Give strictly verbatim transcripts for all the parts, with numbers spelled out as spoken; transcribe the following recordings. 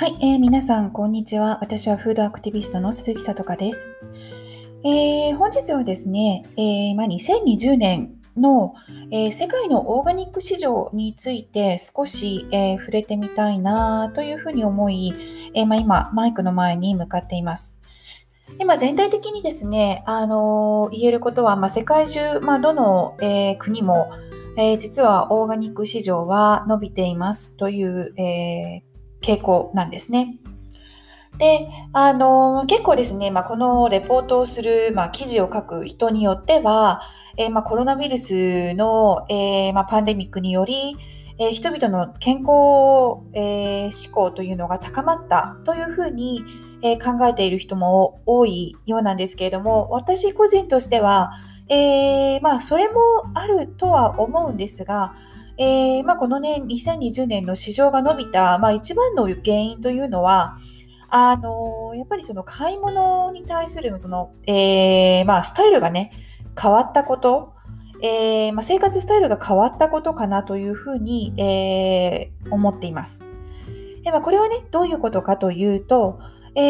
い、えー皆さん、こんにちは。私はフードアクティビストの鈴木さとかです。えー本日はですね、えーまあ、にせんにじゅうねんの、えー世界のオーガニック市場について少し、えー触れてみたいなというふうに思い、えーまあ、今、マイクの前に向かっています。でまあ、全体的にですね、あのー言えることは、まあ、世界中、まあ、どの、えー国も、えー実はオーガニック市場は伸びていますという、えー傾向なんですね。で、あの、結構ですね、まあ、このレポートをする、まあ、記事を書く人によっては、えーまあ、コロナウイルスの、えーまあ、パンデミックにより、えー人々の健康、えー志向というのが高まったというふうに、えー考えている人も多いようなんですけれども、私個人としては、えーまあ、それもあるとは思うんですが、えーまあ、この年、にせんにじゅうねんの市場が伸びた、まあ、一番の原因というのは、あのやっぱりその買い物に対するその、えーまあ、スタイルがね変わったこと、えーまあ、生活スタイルが変わったことかなというふうに、えー思っています。で、まあ、これはねどういうことかというと、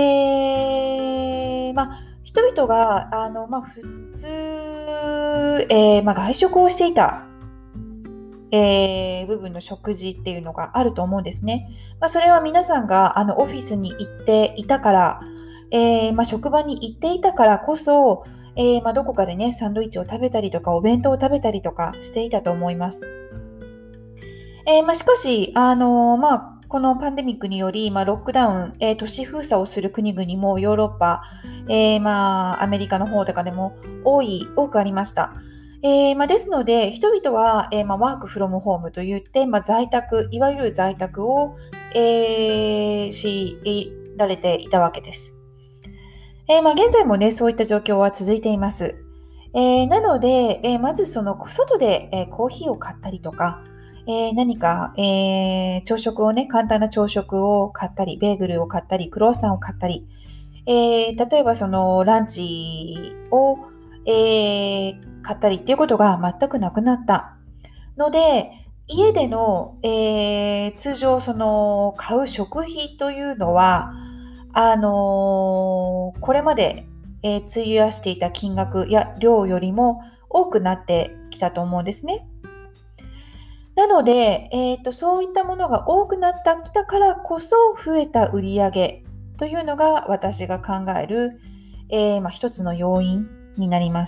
えーまあ、人々があの、まあ、普通、えーまあ、外食をしていたえー部分の食事っていうのがあると思うんですね。まあ、それは皆さんがあのオフィスに行っていたから、えーまあ、職場に行っていたからこそ、えーまあ、どこかでねサンドイッチを食べたりとかお弁当を食べたりとかしていたと思います。えーまあ、しかし、あのーまあ、このパンデミックにより、まあ、ロックダウン、えー都市封鎖をする国々もヨーロッパ、えーまあ、アメリカの方とかでも多い多くありました。えーまあ、ですので、人々は、えーまあ、ワークフロムホームといって、まあ、在宅、いわゆる在宅を、えー強いられていたわけです。えーまあ、現在もね、そういった状況は続いています。えーなので、えーまずその外で、えーコーヒーを買ったりとか、えー何か、えー朝食をね、簡単な朝食を買ったり、ベーグルを買ったり、クロワッサンを買ったり、えー例えばそのランチを、えー買ったりっていうことが全くなくなったので、家での、えー通常その買う食費というのは、あのーこれまで、えー費やしていた金額や量よりも多くなってきたと思うんですね。なので、えーと、そういったものが多くなってきたからこそ増えた売り上げというのが私が考える、えーまあ、一つの要因になります。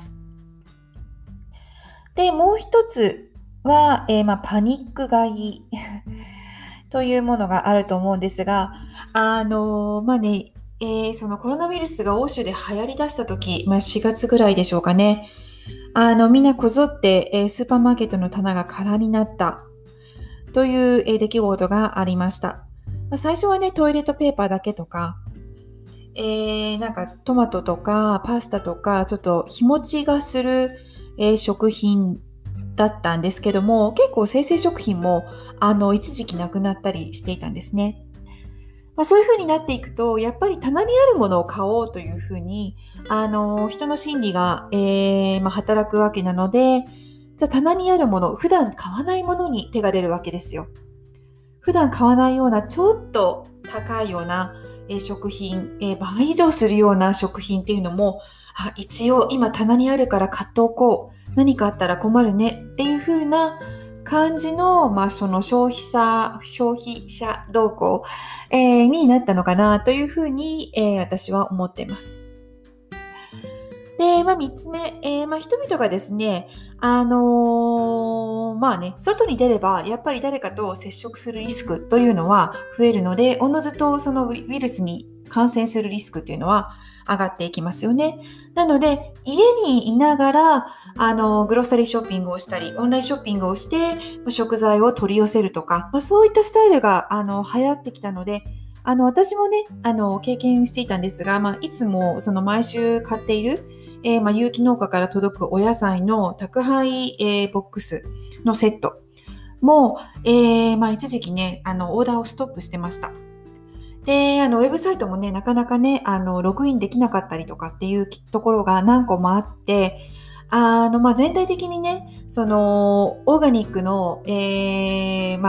で、もう一つは、えーまあ、パニック買いというものがあると思うんですが、あのーまあね、えーそのコロナウイルスが欧州で流行りだした時、まあ、しがつぐらいでしょうかね。あの、みんなこぞって、えースーパーマーケットの棚が空になったという、えー出来事がありました。まあ、最初はね、トイレットペーパーだけとか、えーなんかトマトとかパスタとか、ちょっと日持ちがする、えー食品だったんですけども、結構生鮮食品もあの一時期なくなったりしていたんですね。まあ、そういう風になっていくと、やっぱり棚にあるものを買おうという風に、あの人の心理が、えーまあ、働くわけなので、じゃあ棚にあるもの、普段買わないものに手が出るわけですよ。普段買わないようなちょっと高いような、えー食品、えー倍以上するような食品っていうのも、あ、一応今棚にあるから買っておこう。何かあったら困るねっていう風な感じの、まあ、その消費者、消費者動向、えーになったのかなというふうに、えー私は思っています。で、まあ、みっつめ、えーまあ、人々がですね、あのーまあね、外に出れば、やっぱり誰かと接触するリスクというのは増えるので、おのずとそのウイルスに感染するリスクというのは上がっていきますよね。なので、家にいながら、あの、グロッサリーショッピングをしたり、オンラインショッピングをして、食材を取り寄せるとか、まあ、そういったスタイルが、あの、流行ってきたので、あの、私もね、あの、経験していたんですが、まあ、いつも、その毎週買っている、えーまあ、有機農家から届くお野菜の宅配、えーボックスのセットも、えーまあ、一時期ね、あの、オーダーをストップしてました。で、あの、ウェブサイトもね、なかなかね、あの、ログインできなかったりとかっていうところが何個もあって、あの、まあ、全体的にね、その、オーガニックの、えーまあ、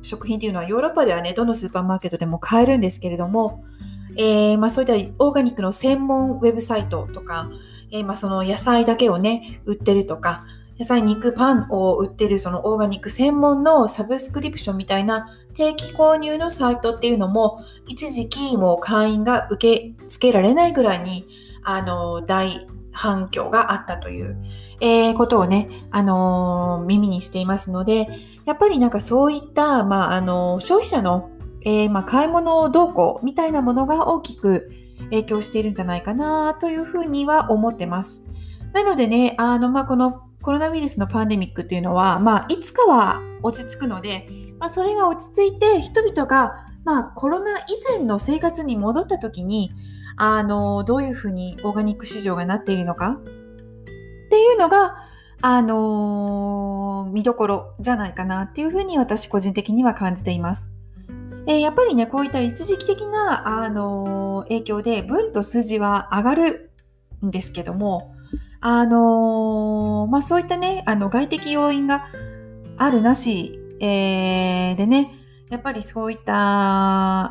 食品っていうのはヨーロッパではね、どのスーパーマーケットでも買えるんですけれども、えーまあ、そういったオーガニックの専門ウェブサイトとか、えーまあ、その野菜だけをね、売ってるとか、野菜、肉、パンを売ってるそのオーガニック専門のサブスクリプションみたいな定期購入のサイトっていうのも、一時期もう会員が受け付けられないぐらいに、あの、大反響があったという、えーことをね、あのー耳にしていますので、やっぱりなんかそういった、まあ、あの、消費者の、えーまあ、買い物動向みたいなものが大きく影響しているんじゃないかなというふうには思ってます。なのでね、あの、まあ、このコロナウイルスのパンデミックっていうのは、まあ、いつかは落ち着くので、まあ、それが落ち着いて人々が、まあ、コロナ以前の生活に戻った時に、あの、どういうふうにオーガニック市場がなっているのかっていうのが、あのー見どころじゃないかなっていうふうに私個人的には感じています。えーやっぱりね、こういった一時的な、あのー影響で分と数字は上がるんですけども、あのーまあそういったね、あの外的要因があるなし、えーでね、やっぱりそういった、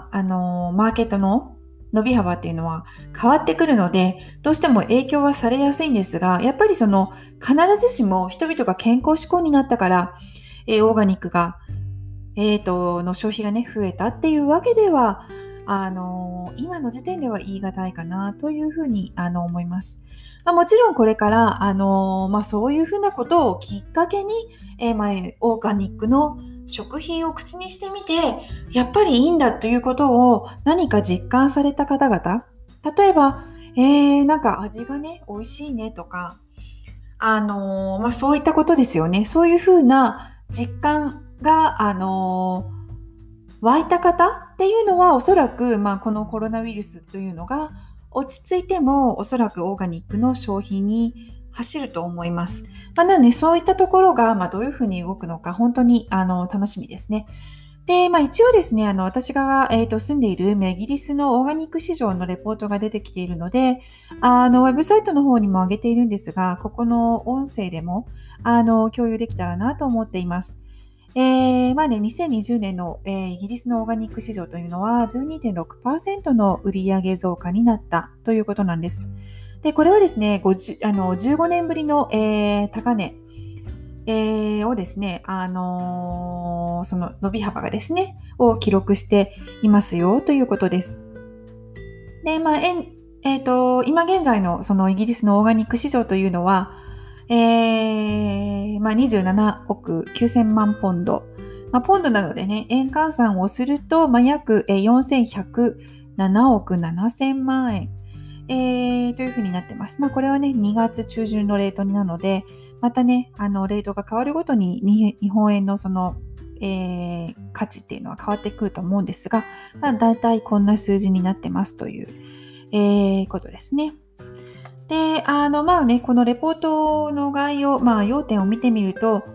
あのーマーケットの伸び幅っていうのは変わってくるので、どうしても影響はされやすいんですが、やっぱりその必ずしも人々が健康志向になったから、えーオーガニックが、えーと、の消費がね、増えたっていうわけでは、あのー今の時点では言い難いかなというふうにあの思います。まあ、もちろんこれから、あのーまあ、そういうふうなことをきっかけに、えーまあ、オーガニックの食品を口にしてみて、やっぱりいいんだということを何か実感された方々、例えば、えー、なんか味がね、美味しいねとか、あのーまあ、そういったことですよね。そういうふうな実感が、あのー湧いた方っていうのはおそらく、まあ、このコロナウイルスというのが落ち着いてもおそらくオーガニックの消費に走ると思います。まあ、なのでそういったところが、まあ、どういうふうに動くのか本当にあの楽しみですね。で、まあ、一応ですね、あの私が、えーと住んでいるイギリスのオーガニック市場のレポートが出てきているので、あのウェブサイトの方にも上げているんですが、ここの音声でもあの共有できたらなと思っています。えーまあね、にせんにじゅうねんの、えーイギリスのオーガニック市場というのは じゅうにてんろくパーセント の売上増加になったということなんです。で、これはですね、ごじゅうあのじゅうごねんぶりの、えー高値、えーをですね、あのーその伸び幅がですね、を記録していますよということです。で、まあ、えんえーと、今現在のそのイギリスのオーガニック市場というのは、えーまあ、にじゅうななおくきゅうせんまんポンド。まあ、ポンドなのでね、円換算をすると、まあ、約よんせんひゃくななおくななせんまん円、えーというふうになってます。まあ、これはね、にがつ中旬のレートなので、またね、あのレートが変わるごとにに日本円のその、えー価値っていうのは変わってくると思うんですが、まあ、だいたいこんな数字になってますという、えーことですね。で、あの、まあね、このレポートの概要、まあ、要点を見てみると、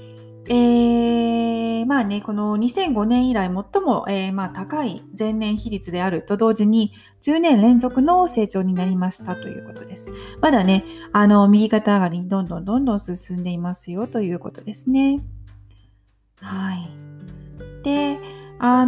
えー、まあね、このにせんごねん以来最も、えーまあ、高い前年比率であると同時にじゅうねん連続の成長になりましたということです。まだね、あの、右肩上がりにどんどんどんどん進んでいますよということですね。はい。で、あ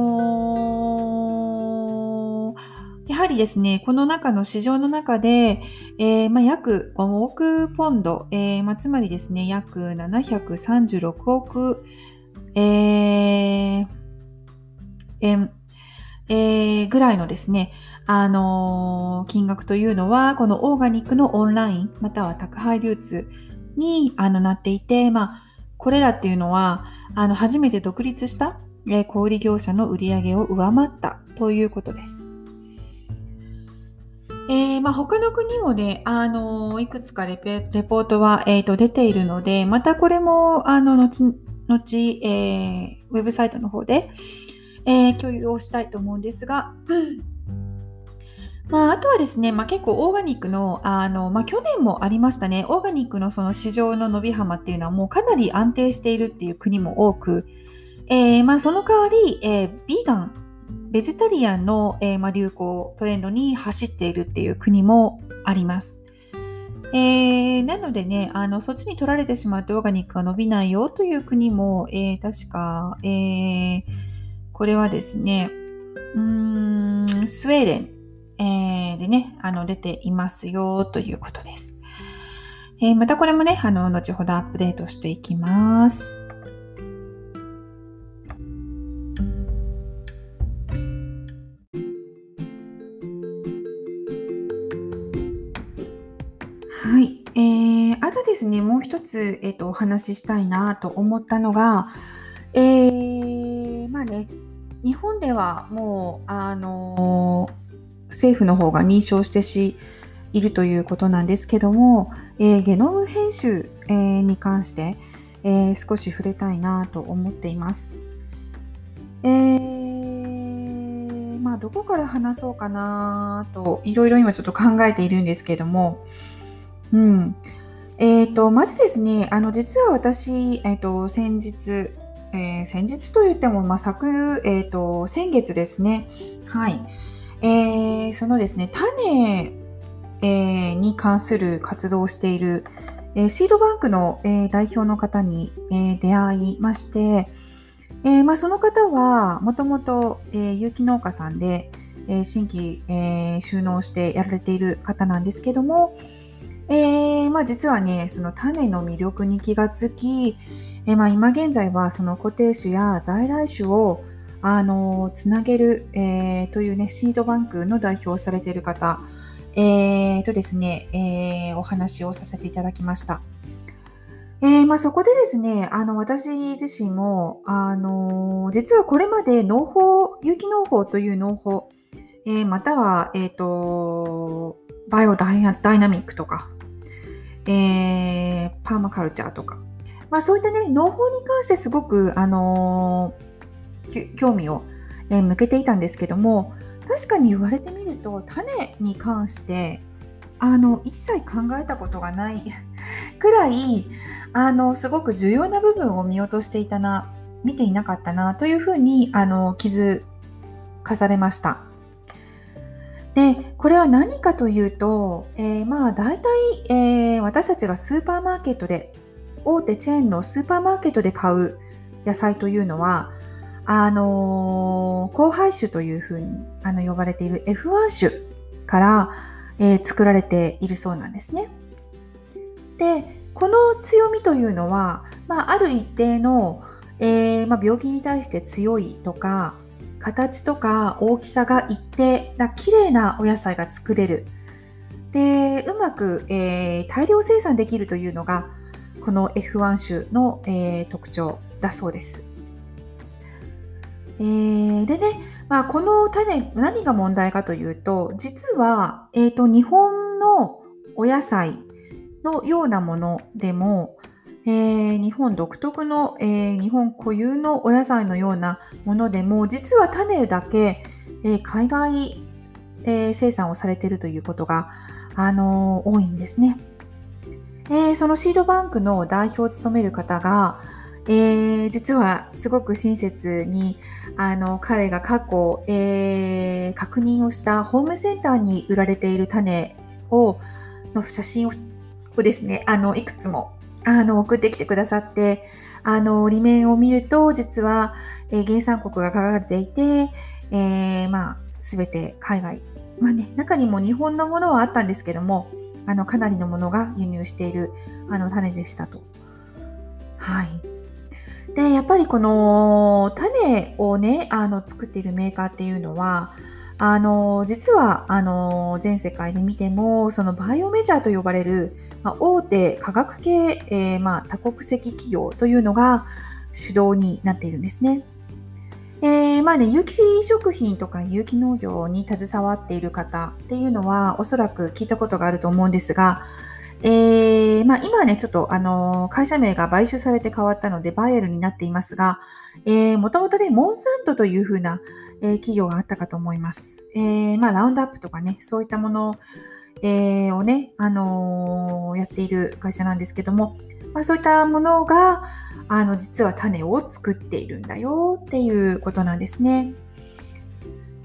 のーやはりですね、この中の市場の中で、えーまあ、約ごおくポンド、えーまあ、つまりですね、約ななひゃくさんじゅうろくおく、えー円、えーぐらいのですね、あのー金額というのは、このオーガニックのオンライン、または宅配流通にあのなっていて、まあ、これらっていうのは、あの初めて独立した、えー小売業者の売り上げを上回ったということです。えーまあ、他の国もね、あのいくつかレペレポートは、えーと出ているので、またこれもあの後後、えーウェブサイトの方で、えー共有をしたいと思うんですが、まあ、あとはですね、まあ、結構オーガニックの、あの、まあ、去年もありましたね、オーガニックのその市場の伸び幅っていうのはもうかなり安定しているっていう国も多く、えーまあ、その代わり、えービーガン、ベジタリアンの、えーまあ、流行、トレンドに走っているっていう国もあります。 えーなのでね、あの、そっちに取られてしまってオーガニックが伸びないよという国も、えー確か、えーこれはですね、うーん、スウェーデン、えーでね、あの、出ていますよということです。えーまたこれもね、あの、後ほどアップデートしていきます。はい。えー、あとですね、もう一つ、えっと、お話ししたいなと思ったのが、えー、まあね、日本ではもう、あのー政府の方が認証してしいるということなんですけども、えーゲノム編集、えーに関して、えー少し触れたいなと思っています。えー、まあ、どこから話そうかなと、いろいろ今ちょっと考えているんですけども、うん。えーと、まずですね、あの、実は私、えーと、先日、えー先日と言っても、まあ、昨、えーと、先月ですね。はい。えーそのですね、種、えーに関する活動をしている、えーシードバンクの、えー代表の方に、えー出会いまして、えーまあ、その方はもともとえー有機農家さんで、えー新規、えー収納してやられている方なんですけども、えーまあ、実はね、その種の魅力に気がつき、えーまあ、今現在はその固定種や在来種をあのつなげる、えーというね、シードバンクの代表をされている方、えーとですね、えーお話をさせていただきました。えーまあ、そこでですね、あの私自身も、あの実はこれまで農法、有機農法という農法、えーまたは、えーとバイオダイナダイナミックとか、えーパーマカルチャーとか、まあ、そういったね、農法に関してすごく、あのー興味を、えー向けていたんですけども、確かに言われてみると、種に関して、あの、一切考えたことがないくらい、あの、すごく重要な部分を見落としていたな、見ていなかったな、というふうに、あの、気づかされました。で、これは何かというと、えーまあ大体、えー私たちがスーパーマーケットで、大手チェーンのスーパーマーケットで買う野菜というのは、あのー交配種というふうにあの呼ばれている エフワン 種から、えー作られているそうなんですね。で、この強みというのは、まあ、ある一定の、えーまあ、病気に対して強いとか、形とか大きさが一定な綺麗なお野菜が作れる。で、うまく、えー大量生産できるというのが、この エフワン 種の、えー特徴だそうです。えーでね、まあ、この種、何が問題かというと、実は、えーと、日本のお野菜のようなものでも、えー日本独特の、えー日本固有のお野菜のようなものでも、実は種だけ、えー海外、えー生産をされているということが、あのー多いんですね。えーそのシードバンクの代表を務める方が、えー実はすごく親切にあの彼が過去、えー確認をしたホームセンターに売られている種をの写真ををですね、あのいくつもあの送ってきてくださって、あの裏面を見ると実は、えー原産国が書かれていて、えーまあ、全て海外、まあね、中にも日本のものはあったんですけども、あのかなりのものが輸入しているあの種でしたと。はい。で、やっぱりこの種をね、あの作っているメーカーっていうのは、あの実はあの全世界で見ても、そのバイオメジャーと呼ばれる、まあ、大手化学系、えーまあ、多国籍企業というのが主導になっているんですね。えーまあね、有機食品とか有機農業に携わっている方っていうのはおそらく聞いたことがあると思うんですが、えーまあ、今はね、ちょっとあの会社名が買収されて変わったのでバイエルになっていますが、えー、もともとね、モンサントというふうな、えー企業があったかと思います。えーまあ、ラウンドアップとかね、そういったもの、えーをね、あのーやっている会社なんですけども、まあ、そういったものがあの実は種を作っているんだよっていうことなんですね。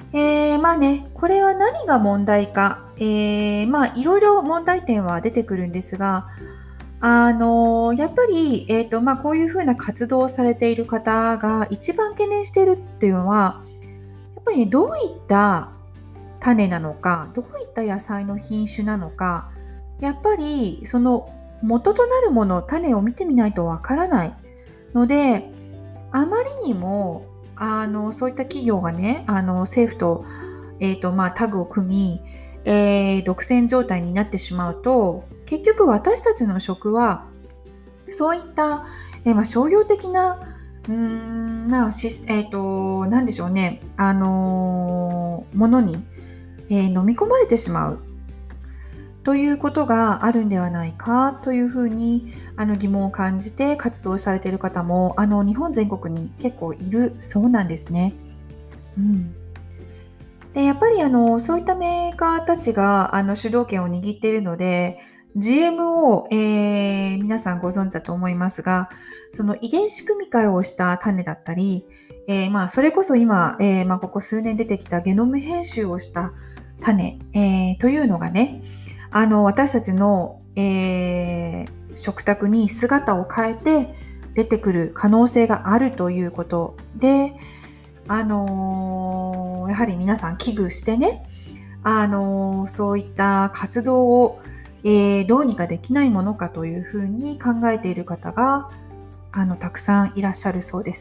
えー、まあね、これは何が問題か、えー、まあいろいろ問題点は出てくるんですが、あのやっぱり、えーとまあ、こういうふうな活動をされている方が一番懸念しているっていうのは、やっぱりね、どういった種なのか、どういった野菜の品種なのか、やっぱりその元となるもの、種を見てみないとわからないので、あまりにもあのそういった企業がね、あの政府と、えーとまあ、タッグを組み、えー独占状態になってしまうと、結局私たちの食はそういった、えーまあ、商業的なうーん、まあしえーとなんでしょうね、あのーものに、えー飲み込まれてしまうということがあるんではないかというふうにあの疑問を感じて活動されている方もあの日本全国に結構いるそうなんですね。うん、でやっぱりあのそういったメーカーたちがあの主導権を握っているので ジーエムオー、えー皆さんご存知だと思いますが、その遺伝子組み換えをした種だったり、えーまあ、それこそ今、えーまあ、ここ数年出てきたゲノム編集をした種、えーというのがね、あの私たちの、えー食卓に姿を変えて出てくる可能性があるということで、あのーやはり皆さん危惧してね、あのーそういった活動を、えーどうにかできないものかというふうに考えている方があのたくさんいらっしゃるそうです。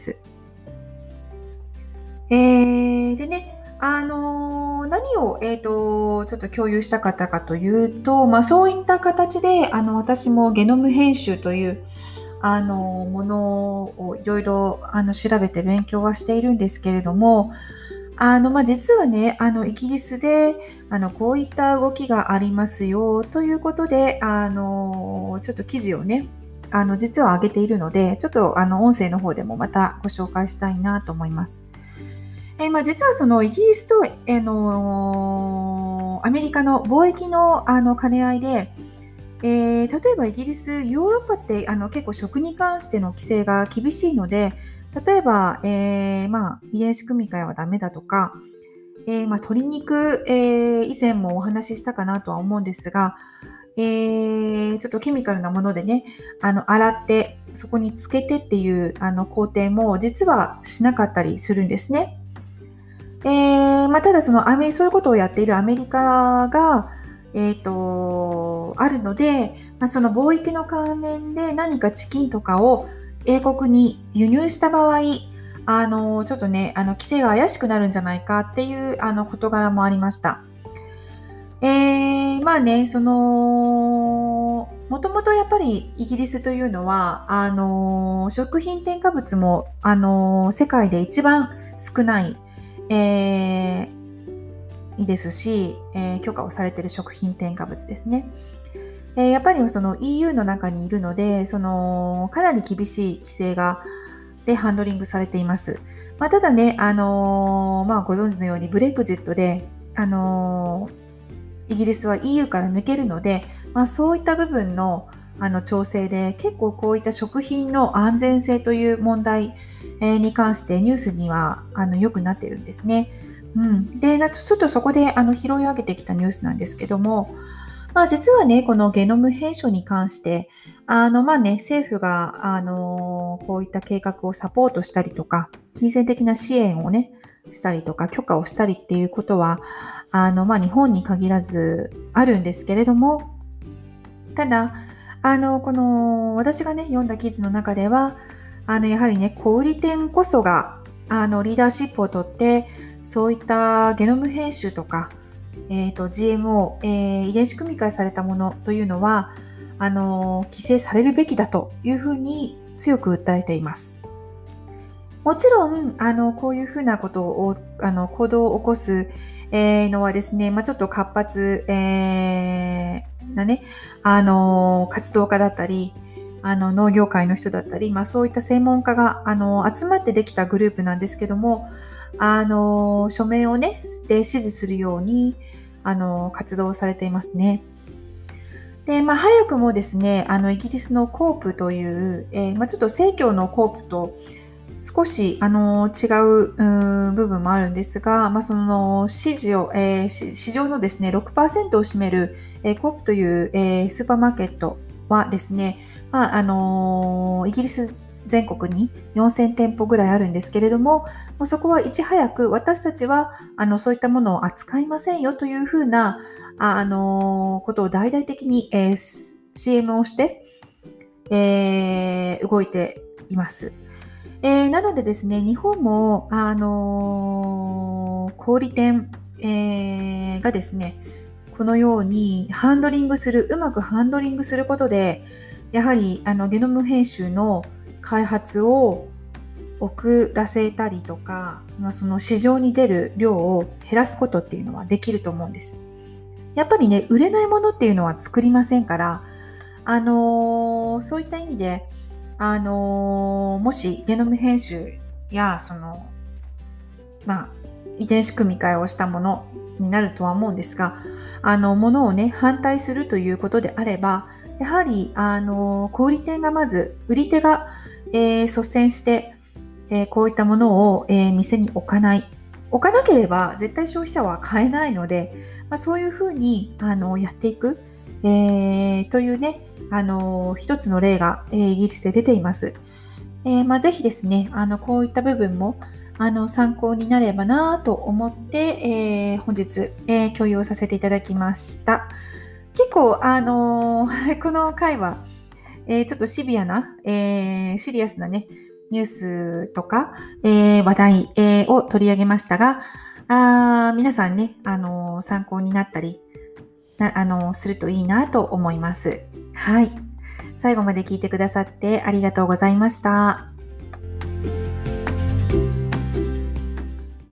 えーでね、あのー何を、えーと、ちょっと共有したかったかというと、まあ、そういった形であの私もゲノム編集というあのものをいろいろあの調べて勉強はしているんですけれども、あの、まあ、実はね、あのイギリスであのこういった動きがありますよということで、あのちょっと記事をね、あの実は上げているので、ちょっとあの音声の方でもまたご紹介したいなと思います。えーまあ、実はそのイギリスと、えーのアメリカの貿易の、あの兼ね合いで、えー例えばイギリス、ヨーロッパってあの結構食に関しての規制が厳しいので、例えば、えーまあ、遺伝子組み換えはダメだとか、えーまあ、鶏肉、えー以前もお話ししたかなとは思うんですが、えーちょっとケミカルなものでね、あの洗ってそこにつけてっていうあの工程も実はしなかったりするんですね。えーまあ、ただそのアメそういうことをやっているアメリカが、えー、とあるので、まあ、その貿易の関連で何かチキンとかを英国に輸入した場合、あのちょっとね、あの規制が怪しくなるんじゃないかっていうあの事柄もありました。えー、まあね、そのもともとやっぱりイギリスというのはあの食品添加物もあの世界で一番少ない、えーいいですし、えー許可をされている食品添加物ですね。えーやっぱりその イーユー の中にいるので、そのかなり厳しい規制がでハンドリングされています。まあ、ただね、あのーまあ、ご存知のようにブレグジットで、あのーイギリスは イーユー から抜けるので、まあ、そういった部分のあの調整で結構こういった食品の安全性という問題、えーに関してニュースにはあのよくなっているんですね。うん、でちょっとそこであの拾い上げてきたニュースなんですけども、まあ、実はね、このゲノム編集に関して、あのまあね、政府があのこういった計画をサポートしたりとか、金銭的な支援をね、したりとか、許可をしたりっていうことは、あのまあ、日本に限らずあるんですけれども、ただ、あのこの私がね、読んだ記事の中では、あのやはりね、小売店こそがあのリーダーシップをとって、そういったゲノム編集とか、えーと、ジーエムオー、えー遺伝子組み換えされたものというのは、あの規制されるべきだというふうに強く訴えています。もちろん、あのこういうふうなことをあの行動を起こす、えーのはですね、まあ、ちょっと活発、えーなね、あの活動家だったり、あの農業界の人だったり、まあ、そういった専門家があの集まってできたグループなんですけども、あの署名をねで支持するようにあの活動されていますね。で、まあ、早くもですね、あのイギリスのコープという、えーまあ、ちょっと正教のコープと少しあの違う、うーん部分もあるんですが、まあ、その市場、えーし市場のですね、ろくパーセントを占める、えーコープという、えースーパーマーケットはですね、まああのイギリス全国によんせん店舗ぐらいあるんですけれども、もうそこはいち早く私たちはあのそういったものを扱いませんよというふうなあ、あのことを大々的に、えー シーエム をして、えー動いています。えーなのでですね、日本も、あのー小売店、えーがですね、このようにハンドリングする、うまくハンドリングすることで、やはりあのゲノム編集の開発を遅らせたりとか、まあ、その市場に出る量を減らすことっていうのはできると思うんです。やっぱりね、売れないものっていうのは作りませんから、あのーそういった意味で、あのーもしゲノム編集やその、まあ、遺伝子組み換えをしたものになるとは思うんですが、あのものをね反対するということであれば、やはりあの小売店がまず売り手が、えー率先して、えーこういったものを、えー店に置かない置かなければ絶対消費者は買えないので、まあ、そういうふうにあのやっていく、えーというね、あの一つの例が、えーイギリスで出ています。えーまあ、ぜひですね、あのこういった部分もあの参考になればなと思って、えー本日、えー共有をさせていただきました。結構、あのーこの回は、えーちょっとシビアな、えーシリアスなね、ニュースとか、えー話題、えーを取り上げましたが、あー皆さんね、あのー参考になったり、なあのーするといいなと思います。はい。最後まで聞いてくださってありがとうございました。